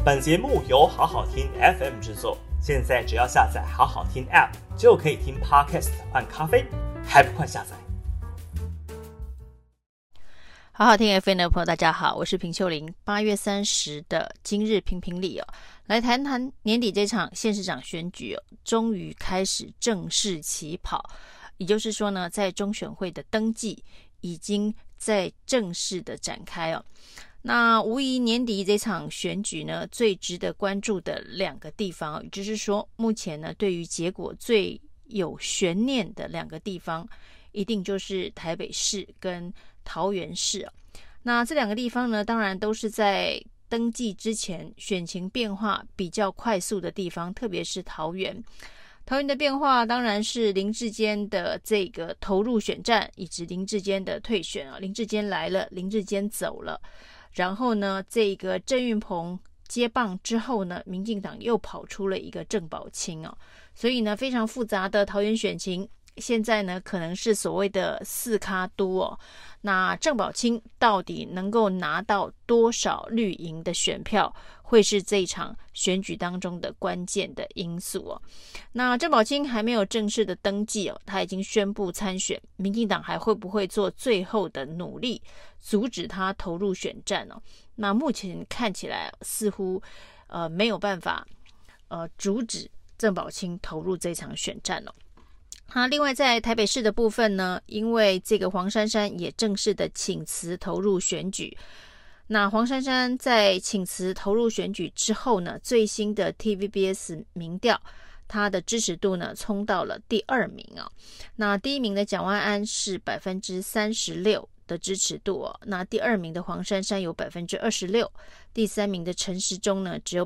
本节目由好好听 FM 制作，现在只要下载好好听 App 就可以听 Podcast 换咖啡，还不快下载？ 好好听 FM 的朋友大家好，我是平秀玲。8月30的今日评评理来谈谈年底这场县市长选举终于开始正式起跑，也就是说呢，在中选会的登记已经在正式的展开那无疑年底这场选举呢，最值得关注的两个地方，也就是说目前呢，对于结果最有悬念的两个地方，一定就是台北市跟桃园市那这两个地方呢，当然都是在登记之前选情变化比较快速的地方，特别是桃园。桃园的变化当然是林智坚的这个投入选战，以及林智坚的退选林智坚来了，林智坚走了。然后呢，这个郑运鹏接棒之后呢，民进党又跑出了一个郑宝清所以呢，非常复杂的桃园选情，现在呢可能是所谓的四咖都那郑宝清到底能够拿到多少绿营的选票，会是这一场选举当中的关键的因素那郑宝清还没有正式的登记他已经宣布参选，民进党还会不会做最后的努力阻止他投入选战那目前看起来似乎没有办法阻止郑宝清投入这场选战另外在台北市的部分呢，因为这个黄珊珊也正式的请辞投入选举。那黄珊珊在请辞投入选举之后呢，最新的 TVBS 民调，他的支持度呢冲到了第2名那第1名的蒋万安是 36% 的支持度那第2名的黄珊珊有 26%， 第3名的陈时中呢只有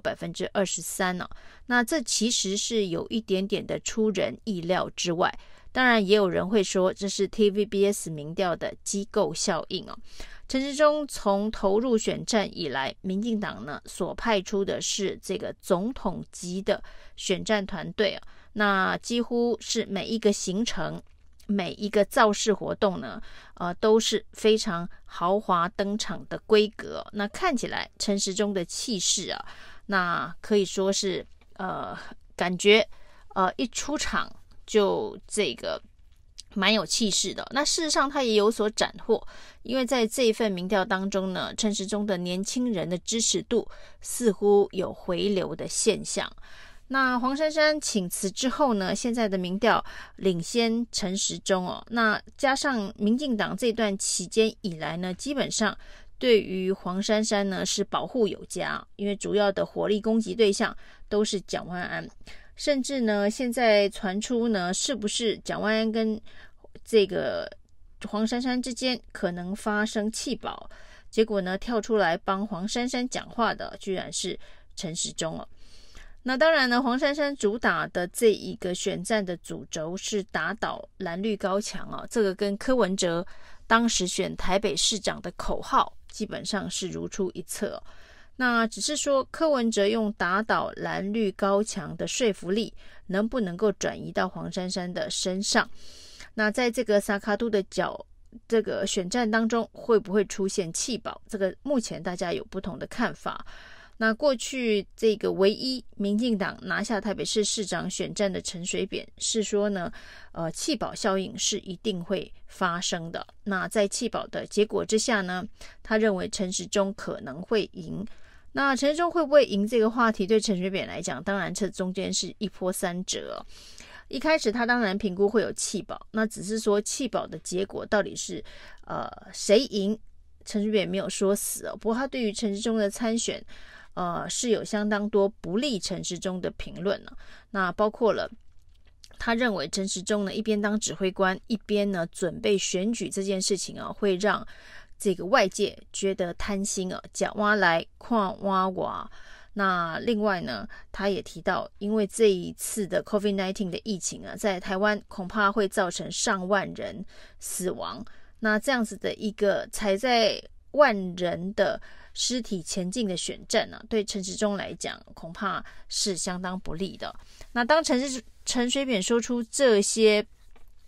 23% 那这其实是有一点点的出人意料之外，当然也有人会说这是 TVBS 民调的机构效应陈时中从投入选战以来，民进党呢所派出的是这个总统级的选战团队那几乎是每一个行程每一个造势活动呢都是非常豪华登场的规格那看起来陈时中的气势那可以说是感觉一出场就这个蛮有气势的那事实上他也有所斩获，因为在这一份民调当中呢，陈时中的年轻人的支持度似乎有回流的现象。那黄珊珊请辞之后呢，现在的民调领先陈时中那加上民进党这段期间以来呢，基本上对于黄珊珊呢是保护有加，因为主要的火力攻击对象都是蒋万安，甚至呢现在传出呢是不是蒋万安跟这个黄珊珊之间可能发生弃保，结果呢跳出来帮黄珊珊讲话的居然是陈时中那当然呢，黄珊珊主打的这一个选战的主轴是打倒蓝绿高墙这个跟柯文哲当时选台北市长的口号基本上是如出一辙那只是说柯文哲用打倒蓝绿高墙的说服力能不能够转移到黄珊珊的身上，那在这个萨卡都的这个选战当中会不会出现弃保，这个目前大家有不同的看法。那过去这个唯一民进党拿下台北市市长选战的陈水扁是说呢弃保效应是一定会发生的，那在弃保的结果之下呢，他认为陈时中可能会赢。那陈时中会不会赢这个话题对陈水扁来讲，当然这中间是一波三折一开始他当然评估会有弃保，那只是说弃保的结果到底是谁赢，陈水扁没有说死不过他对于陈时中的参选是有相当多不利陈时中的评论那包括了他认为陈时中呢一边当指挥官，一边呢准备选举这件事情会让这个外界觉得贪心假挖来看挖挖。那另外呢，他也提到，因为这一次的 COVID-19 的疫情在台湾恐怕会造成上万人死亡。那这样子的一个踩在万人的尸体前进的选战对陈时中来讲恐怕是相当不利的。那当陈水扁说出这些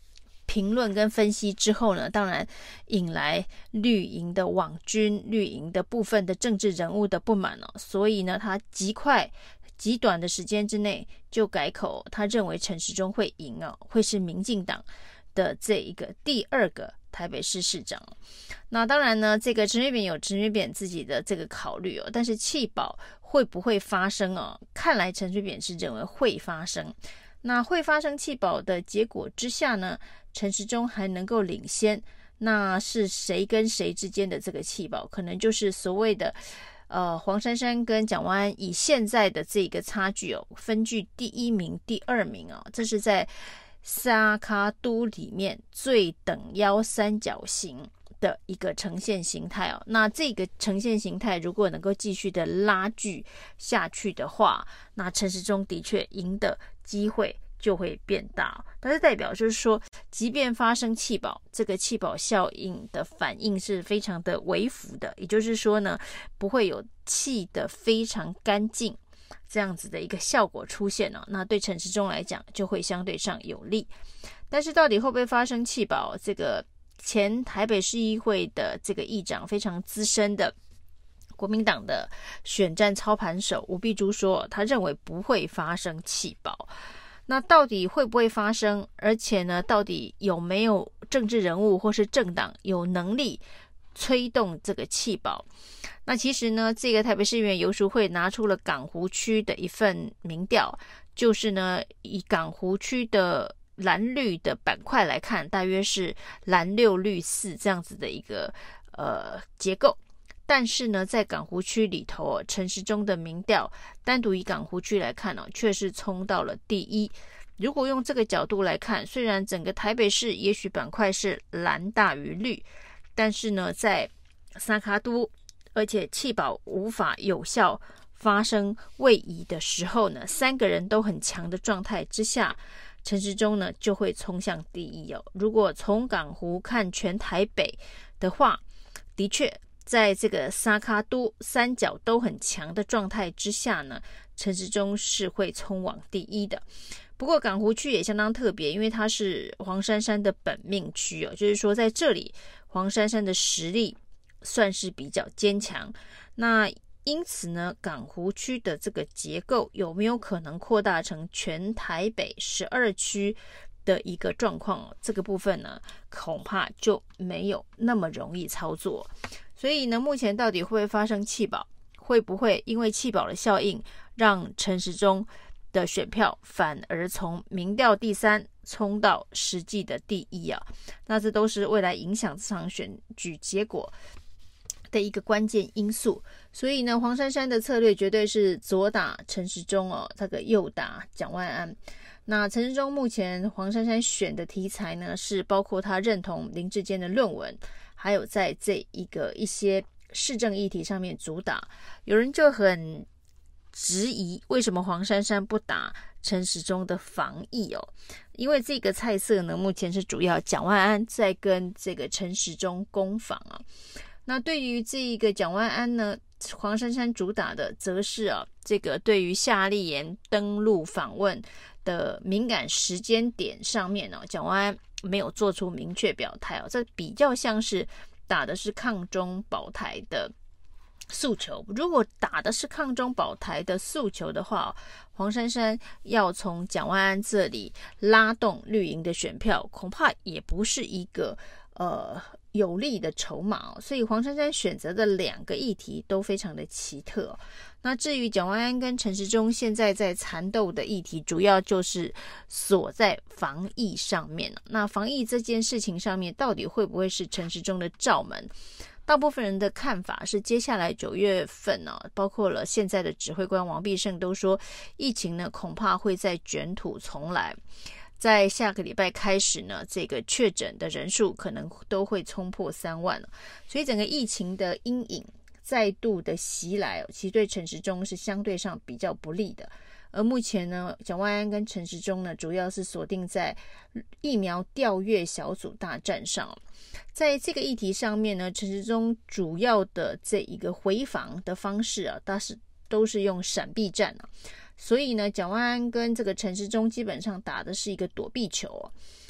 评论跟分析之后呢，当然引来绿营的网军、绿营的部分的政治人物的不满哦，所以呢，他极短的时间之内就改口，他认为陈时中会赢哦，会是民进党的这一个第2个台北市市长。那当然呢，这个陈水扁有陈水扁自己的这个考虑哦，但是弃保会不会发生哦？看来陈水扁是认为会发生。那会发生弃保的结果之下呢，陈时中还能够领先，那是谁跟谁之间的这个弃保，可能就是所谓的黄珊珊跟蒋万安以现在的这个差距哦，分居第1名、第2名哦，这是在沙卡都里面最等腰三角形的一个呈现形态哦。那这个呈现形态如果能够继续的拉锯下去的话，那陈时中的确赢的机会就会变大，但是代表就是说，即便发生弃保，这个弃保效应的反应是非常的微幅的，也就是说呢，不会有弃的非常干净这样子的一个效果出现哦，那对陈时中来讲就会相对上有利。但是到底会不会发生弃保，这个前台北市议会的这个议长非常资深的国民党的选战操盘手吴碧珠说，他认为不会发生弃保。那到底会不会发生？而且呢，到底有没有政治人物或是政党有能力推动这个弃保？那其实呢，这个台北市议员游淑慧拿出了港湖区的一份民调，就是呢，以港湖区的蓝绿的板块来看，大约是蓝6绿4这样子的一个结构。但是呢，在港湖区里头陈时中的民调单独以港湖区来看却是冲到了第1。如果用这个角度来看，虽然整个台北市也许板块是蓝大于绿，但是呢，在沙卡都而且弃保无法有效发生位移的时候呢，3个人都很强的状态之下，陈时中呢就会冲向第1哦。如果从港湖看全台北的话，的确在这个沙卡都三角都很强的状态之下呢，陈时中是会冲往第1的。不过港湖区也相当特别，因为它是黄珊珊的本命区哦，就是说在这里黄珊珊的实力算是比较坚强。那因此呢，港湖区的这个结构有没有可能扩大成全台北12区的一个状况，这个部分呢，恐怕就没有那么容易操作。所以呢，目前到底会不会发生弃保？会不会因为弃保的效应，让陈时中的选票反而从民调第3冲到实际的第1啊？那这都是未来影响这场选举结果的一个关键因素。所以呢，黄珊珊的策略绝对是左打陈时中哦，这个右打蒋万安。那陈时中目前黄珊珊选的题材呢，是包括他认同林智坚的论文，还有在这一些市政议题上面主打。有人就很质疑，为什么黄珊珊不打陈时中的防疫哦？因为这个菜色呢，目前是主要蒋万安在跟这个陈时中攻防啊。那对于这一个蒋万安呢，黄珊珊主打的则是这个对于夏立言登陆访问的敏感时间点上面蒋万安没有做出明确表态这比较像是打的是抗中保台的诉求。如果打的是抗中保台的诉求的话，黄珊珊要从蒋万安这里拉动绿营的选票，恐怕也不是一个有利的筹码所以黄珊珊选择的2个议题都非常的奇特那至于蒋万安跟陈时中现在在缠斗的议题，主要就是锁在防疫上面那防疫这件事情上面，到底会不会是陈时中的罩门？大部分人的看法是，接下来9月份包括了现在的指挥官王必胜都说，疫情呢恐怕会再卷土重来。在下个礼拜开始呢，这个确诊的人数可能都会冲破3万所以整个疫情的阴影再度的袭来其实对陈时中是相对上比较不利的。而目前呢，蒋万安跟陈时中呢，主要是锁定在疫苗调阅小组大战上。在这个议题上面呢，陈时中主要的这一个回防的方式都是用闪避战所以呢，蒋万安跟这个陈时中基本上打的是一个躲避球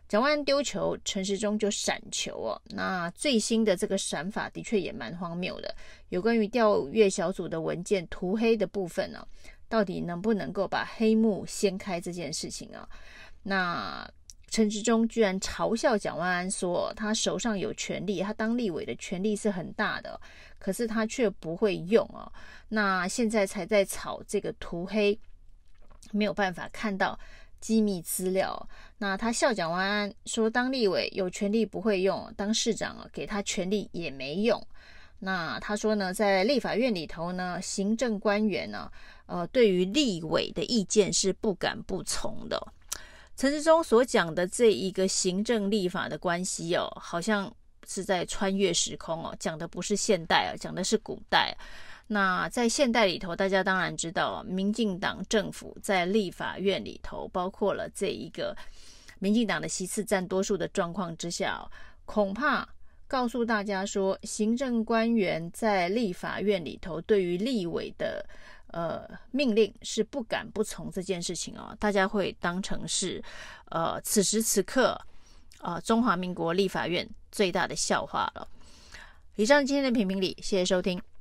蒋万安丢球，陈时中就闪球哦。那最新的这个闪法的确也蛮荒谬的，有关于调阅小组的文件涂黑的部分呢，到底能不能够把黑幕掀开这件事情啊？那陈时中居然嘲笑蒋万安说，他手上有权力，他当立委的权力是很大的，可是他却不会用哦。那现在才在炒这个涂黑，没有办法看到机密资料。那他笑蒋万安说，当立委有权力不会用，当市长给他权力也没用。那他说呢，在立法院里头呢，行政官员呢，对于立委的意见是不敢不从的。陈时中所讲的这一个行政立法的关系哦，好像是在穿越时空哦，讲的不是现代讲的是古代。那在现代里头，大家当然知道，民进党政府在立法院里头，包括了这一个民进党的席次占多数的状况之下，恐怕告诉大家说，行政官员在立法院里头对于立委的命令是不敢不从这件事情哦，大家会当成是此时此刻中华民国立法院最大的笑话了。以上今天的评评理，谢谢收听。